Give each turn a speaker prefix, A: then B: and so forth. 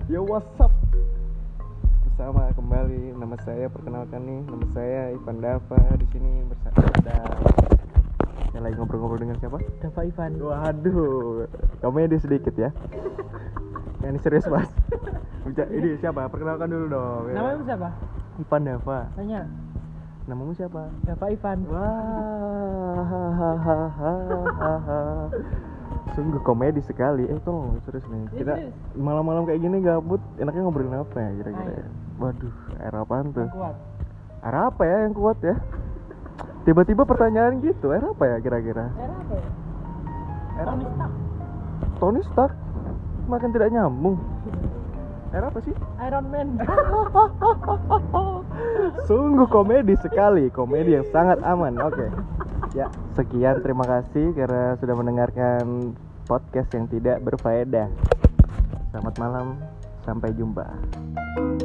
A: Yo, what's up? Bersama kembali, nama saya perkenalkan nih, nama saya Ivan Dava. Di sini bersama saya lagi ngobrol-ngobrol dengan siapa?
B: Dava Ivan.
A: Waduh, komedi sedikit ya. Yang ini serius mas. Ini siapa? Perkenalkan dulu dong. Ya.
B: Namamu siapa?
A: Ivan Dava.
B: Tanya.
A: Namamu siapa?
B: Dava Ivan.
A: Wah, sungguh komedi sekali. Tolong serius nih. Kita
B: Serius.
A: malam-malam kayak gini gabut, enaknya ngobrolin apa ya kira-kira?
B: Ayo.
A: Waduh, air apaan tuh?
B: Yang kuat.
A: Air apa ya yang kuat ya? Tiba-tiba pertanyaan gitu, air apa ya kira-kira?
B: Era apa ya?
A: Air
B: Tony
A: apa?
B: Stark.
A: Tony Stark? Makin tidak nyambung. Air apa sih?
B: Iron Man.
A: Sungguh komedi sekali, komedi yang sangat aman. Oke. Ya, sekian, terima kasih karena sudah mendengarkan podcast yang tidak berfaedah. Selamat malam, sampai jumpa.